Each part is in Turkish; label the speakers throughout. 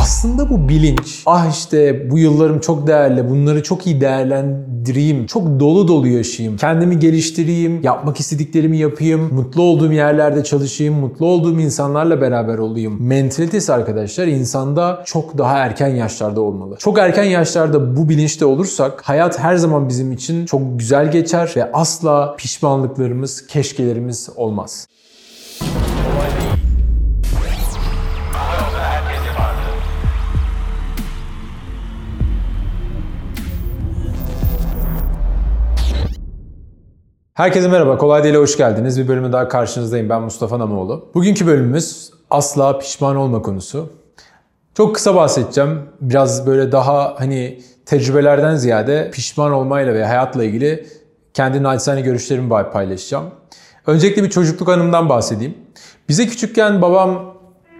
Speaker 1: Aslında bu bilinç, işte bu yıllarım çok değerli, bunları çok iyi değerlendireyim, çok dolu dolu yaşayayım, kendimi geliştireyim, yapmak istediklerimi yapayım, mutlu olduğum yerlerde çalışayım, mutlu olduğum insanlarla beraber olayım mentalitesi arkadaşlar insanda çok daha erken yaşlarda olmalı. Çok erken yaşlarda bu bilinçte olursak hayat her zaman bizim için çok güzel geçer ve asla pişmanlıklarımız, keşkelerimiz olmaz. Herkese merhaba, Kolay Değil'e hoş geldiniz. Bir bölüme daha karşınızdayım. Ben Mustafa Namoğlu. Bugünkü bölümümüz asla pişman olma konusu. Çok kısa bahsedeceğim. Biraz böyle daha tecrübelerden ziyade pişman olmayla ve hayatla ilgili kendi naçizane görüşlerimi paylaşacağım. Öncelikle bir çocukluk anımdan bahsedeyim. Bize küçükken babam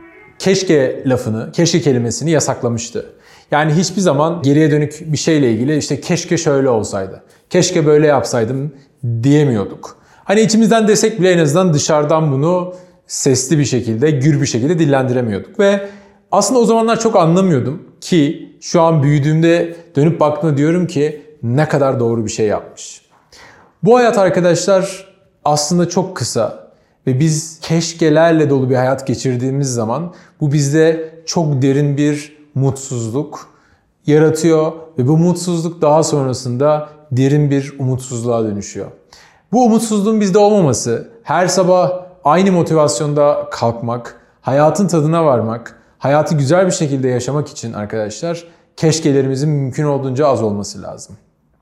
Speaker 1: keşke lafını, keşke kelimesini yasaklamıştı. Yani hiçbir zaman geriye dönük bir şeyle ilgili keşke şöyle olsaydı, keşke böyle yapsaydım diyemiyorduk. İçimizden desek bile en azından dışarıdan bunu sesli bir şekilde, gür bir şekilde dillendiremiyorduk. Ve aslında o zamanlar çok anlamıyordum ki şu an büyüdüğümde dönüp baktığımda diyorum ki ne kadar doğru bir şey yapmış. Bu hayat arkadaşlar aslında çok kısa ve biz keşkelerle dolu bir hayat geçirdiğimiz zaman bu bizde çok derin bir mutsuzluk yaratıyor ve bu mutsuzluk daha sonrasında derin bir umutsuzluğa dönüşüyor. Bu umutsuzluğun bizde olmaması, her sabah aynı motivasyonda kalkmak, hayatın tadına varmak, hayatı güzel bir şekilde yaşamak için arkadaşlar keşkelerimizin mümkün olduğunca az olması lazım.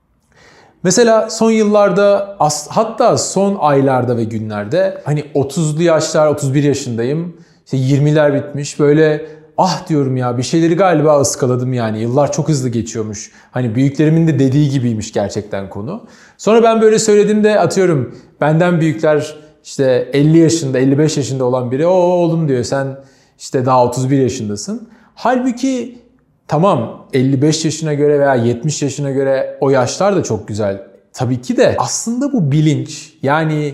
Speaker 1: Mesela son yıllarda, hatta son aylarda ve günlerde 30'lu yaşlar, 31 yaşındayım, 20'ler bitmiş, böyle diyorum ya bir şeyleri galiba ıskaladım yani. Yıllar çok hızlı geçiyormuş. Büyüklerimin de dediği gibiymiş gerçekten konu. Sonra ben böyle söylediğimde atıyorum benden büyükler 50 yaşında, 55 yaşında olan biri oğlum diyor sen daha 31 yaşındasın. Halbuki tamam 55 yaşına göre veya 70 yaşına göre o yaşlar da çok güzel. Tabii ki de aslında bu bilinç yani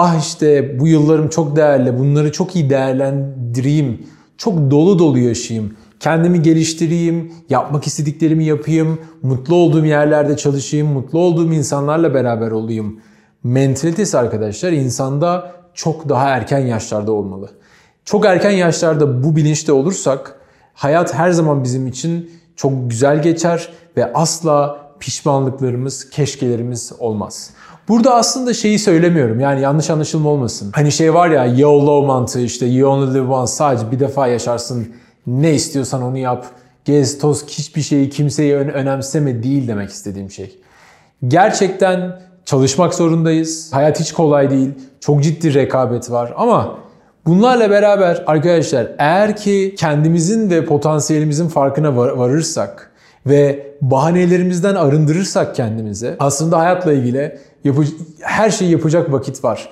Speaker 1: bu yıllarım çok değerli, bunları çok iyi değerlendireyim, çok dolu dolu yaşayayım, kendimi geliştireyim, yapmak istediklerimi yapayım, mutlu olduğum yerlerde çalışayım, mutlu olduğum insanlarla beraber olayım mentalitesi arkadaşlar insanda çok daha erken yaşlarda olmalı. Çok erken yaşlarda bu bilinçte olursak hayat her zaman bizim için çok güzel geçer ve asla pişmanlıklarımız, keşkelerimiz olmaz. Burada aslında şeyi söylemiyorum yani yanlış anlaşılma olmasın. Var ya YOLO mantığı you only live once, sadece bir defa yaşarsın, ne istiyorsan onu yap, gez toz, hiçbir şeyi kimseyi önemseme değil demek istediğim şey. Gerçekten çalışmak zorundayız. Hayat hiç kolay değil. Çok ciddi rekabet var ama bunlarla beraber arkadaşlar eğer ki kendimizin ve potansiyelimizin farkına varırsak ve bahanelerimizden arındırırsak kendimizi aslında hayatla ilgili her şeyi yapacak vakit var.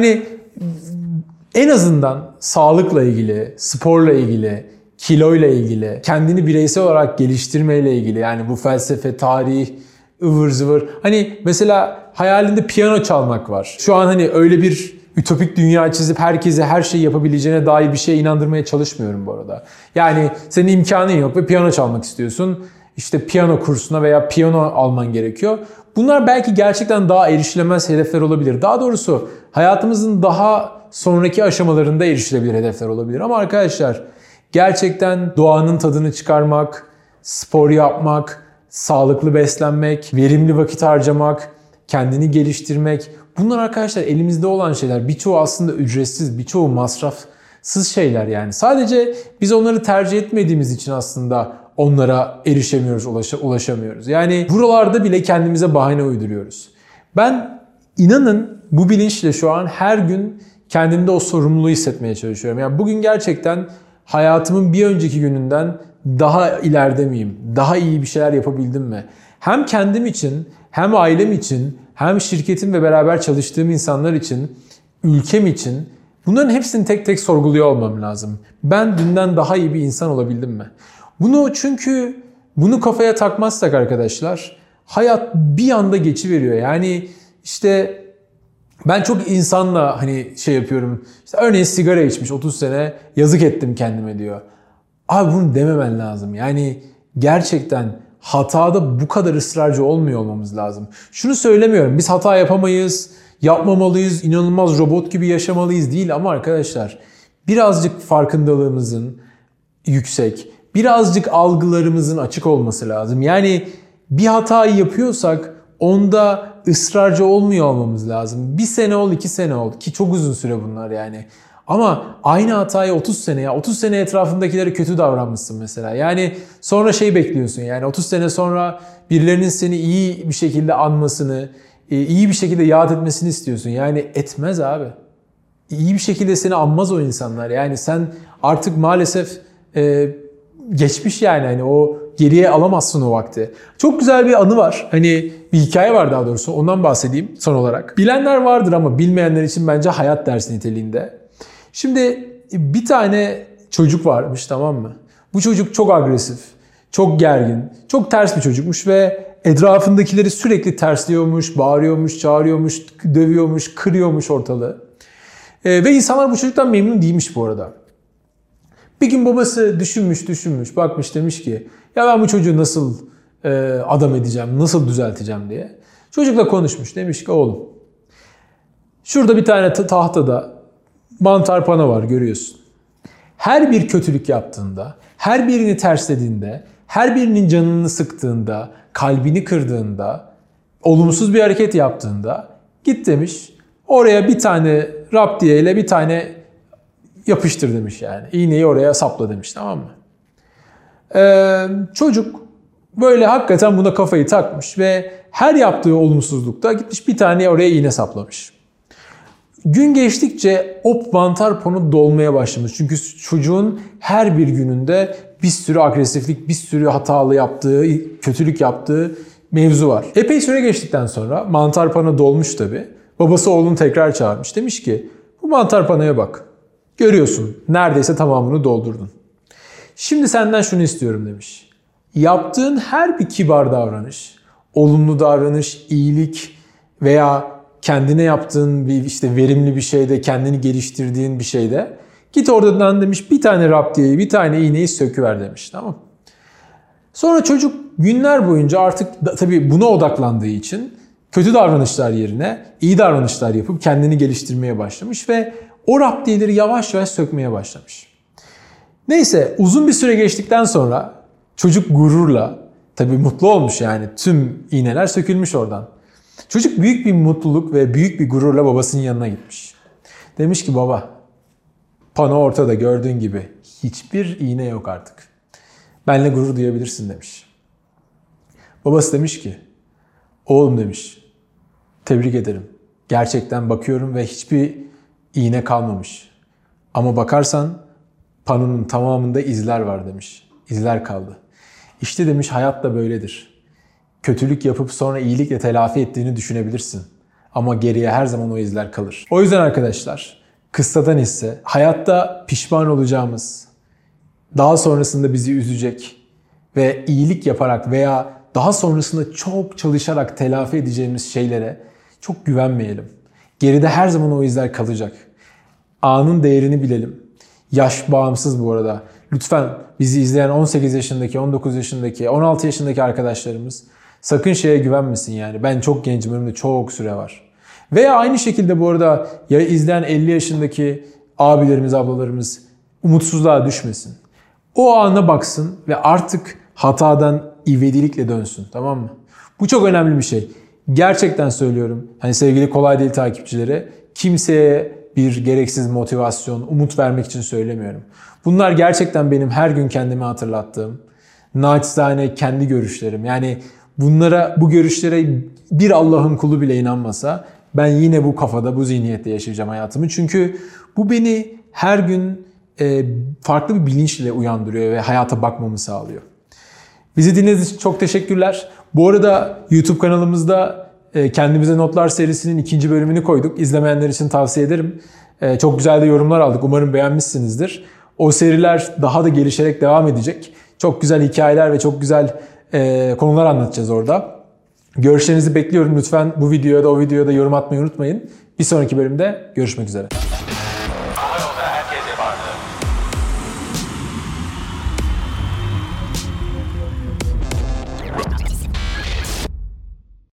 Speaker 1: En azından sağlıkla ilgili, sporla ilgili, kiloyla ilgili, kendini bireysel olarak geliştirmeyle ilgili yani bu felsefe, tarih, ıvır zıvır. Mesela hayalinde piyano çalmak var. Şu an öyle bir ütopik dünya çizip herkese her şeyi yapabileceğine dair bir şeye inandırmaya çalışmıyorum bu arada. Yani senin imkanın yok ve piyano çalmak istiyorsun. Piyano kursuna veya piyano alman gerekiyor. Bunlar belki gerçekten daha erişilemez hedefler olabilir. Daha doğrusu hayatımızın daha sonraki aşamalarında erişilebilir hedefler olabilir. Ama arkadaşlar gerçekten doğanın tadını çıkarmak, spor yapmak, sağlıklı beslenmek, verimli vakit harcamak, kendini geliştirmek. Bunlar arkadaşlar elimizde olan şeyler. Birçoğu aslında ücretsiz, birçoğu masrafsız şeyler yani. Sadece biz onları tercih etmediğimiz için aslında onlara erişemiyoruz, ulaşamıyoruz. Yani buralarda bile kendimize bahane uyduruyoruz. Ben inanın bu bilinçle şu an her gün kendimde o sorumluluğu hissetmeye çalışıyorum. Yani bugün gerçekten hayatımın bir önceki gününden daha ileride miyim? Daha iyi bir şeyler yapabildim mi? Hem kendim için, hem ailem için, hem şirketim ve beraber çalıştığım insanlar için, ülkem için bunların hepsini tek tek sorguluyor olmam lazım. Ben dünden daha iyi bir insan olabildim mi? Çünkü bunu kafaya takmazsak arkadaşlar hayat bir anda geçiveriyor. Yani ben çok insanla yapıyorum. Örneğin sigara içmiş 30 sene yazık ettim kendime diyor. Abi bunu dememen lazım. Yani gerçekten hatada bu kadar ısrarcı olmuyor olmamız lazım. Şunu söylemiyorum. Biz hata yapamayız, yapmamalıyız, inanılmaz robot gibi yaşamalıyız değil ama arkadaşlar birazcık farkındalığımızın yüksek, birazcık algılarımızın açık olması lazım. Yani bir hatayı yapıyorsak onda ısrarcı olmuyor olmamız lazım. 1 sene ol, 2 sene ol ki çok uzun süre bunlar yani. Ama aynı hatayı 30 sene ya 30 sene etrafındakilere kötü davranmışsın mesela. Yani sonra şey bekliyorsun yani 30 sene sonra birilerinin seni iyi bir şekilde anmasını, iyi bir şekilde yad etmesini istiyorsun. Yani etmez abi. İyi bir şekilde seni anmaz o insanlar. Yani sen artık maalesef geçmiş yani hani o geriye alamazsın o vakti. Çok güzel bir anı var. Hani bir hikaye var daha doğrusu. Ondan bahsedeyim son olarak. Bilenler vardır ama bilmeyenler için bence hayat dersi niteliğinde. Şimdi bir tane çocuk varmış, tamam mı? Bu çocuk çok agresif, çok gergin, çok ters bir çocukmuş ve etrafındakileri sürekli tersliyormuş, bağırıyormuş, çağırıyormuş, dövüyormuş, kırıyormuş ortalığı. Ve insanlar bu çocuktan memnun değilmiş bu arada. Bir gün babası düşünmüş, bakmış demiş ki ya ben bu çocuğu nasıl adam edeceğim, nasıl düzelteceğim diye. Çocukla konuşmuş, demiş ki oğlum şurada bir tane tahtada mantar pana var görüyorsun. Her bir kötülük yaptığında, her birini terslediğinde, her birinin canını sıktığında, kalbini kırdığında, olumsuz bir hareket yaptığında git demiş oraya bir tane raptiyeyle bir tane yapıştır demiş yani. İğneyi oraya sapla demiş, tamam mı? Çocuk böyle hakikaten buna kafayı takmış ve her yaptığı olumsuzlukta gitmiş bir tane oraya iğne saplamış. Gün geçtikçe o mantar ponu dolmaya başlamış. Çünkü çocuğun her bir gününde bir sürü agresiflik, bir sürü hatalı yaptığı, kötülük yaptığı mevzu var. Epey süre geçtikten sonra mantar panı dolmuş tabii. Babası oğlunu tekrar çağırmış. Demiş ki bu mantar panoya bak. Görüyorsun neredeyse tamamını doldurdun. Şimdi senden şunu istiyorum demiş. Yaptığın her bir kibar davranış, olumlu davranış, iyilik veya kendine yaptığın bir işte verimli bir şeyde, kendini geliştirdiğin bir şeyde git oradan demiş bir tane raptiyeyi, bir tane iğneyi söküver demiş, tamam. Sonra çocuk günler boyunca artık tabii buna odaklandığı için kötü davranışlar yerine iyi davranışlar yapıp kendini geliştirmeye başlamış ve o raptiyeleri yavaş yavaş sökmeye başlamış. Neyse uzun bir süre geçtikten sonra çocuk gururla, tabii mutlu olmuş yani tüm iğneler sökülmüş oradan. Çocuk büyük bir mutluluk ve büyük bir gururla babasının yanına gitmiş. Demiş ki baba, pano ortada gördüğün gibi hiçbir iğne yok artık. Benimle gurur duyabilirsin demiş. Babası demiş ki, oğlum demiş, tebrik ederim. Gerçekten bakıyorum ve hiçbir iğne kalmamış. Ama bakarsan panonun tamamında izler var demiş. İzler kaldı. İşte demiş hayat da böyledir. Kötülük yapıp sonra iyilikle telafi ettiğini düşünebilirsin. Ama geriye her zaman o izler kalır. O yüzden arkadaşlar, kıssadan ise hayatta pişman olacağımız, daha sonrasında bizi üzecek ve iyilik yaparak veya daha sonrasında çok çalışarak telafi edeceğimiz şeylere çok güvenmeyelim. Geride her zaman o izler kalacak. Anın değerini bilelim. Yaş bağımsız bu arada. Lütfen bizi izleyen 18 yaşındaki, 19 yaşındaki, 16 yaşındaki arkadaşlarımız sakın şeye güvenmesin yani. Ben çok gencim, önümde çok süre var. Veya aynı şekilde bu arada ya izleyen 50 yaşındaki abilerimiz, ablalarımız umutsuzluğa düşmesin. O ana baksın ve artık hatadan ivedilikle dönsün, tamam mı? Bu çok önemli bir şey. Gerçekten söylüyorum. Hani sevgili Kolay Değil takipçileri, kimseye bir gereksiz motivasyon, umut vermek için söylemiyorum. Bunlar gerçekten benim her gün kendime hatırlattığım, naçizane kendi görüşlerim. Yani bu görüşlere bir Allah'ın kulu bile inanmasa ben yine bu kafada, bu zihniyette yaşayacağım hayatımı. Çünkü bu beni her gün farklı bir bilinçle uyandırıyor ve hayata bakmamı sağlıyor. Bizi dinlediğiniz için çok teşekkürler. Bu arada YouTube kanalımızda Kendimize Notlar serisinin 2. bölümünü koyduk. İzlemeyenler için tavsiye ederim. Çok güzel de yorumlar aldık. Umarım beğenmişsinizdir. O seriler daha da gelişerek devam edecek. Çok güzel hikayeler ve çok güzel konular anlatacağız orada. Görüşlerinizi bekliyorum. Lütfen bu videoya da o videoya da yorum atmayı unutmayın. Bir sonraki bölümde görüşmek üzere.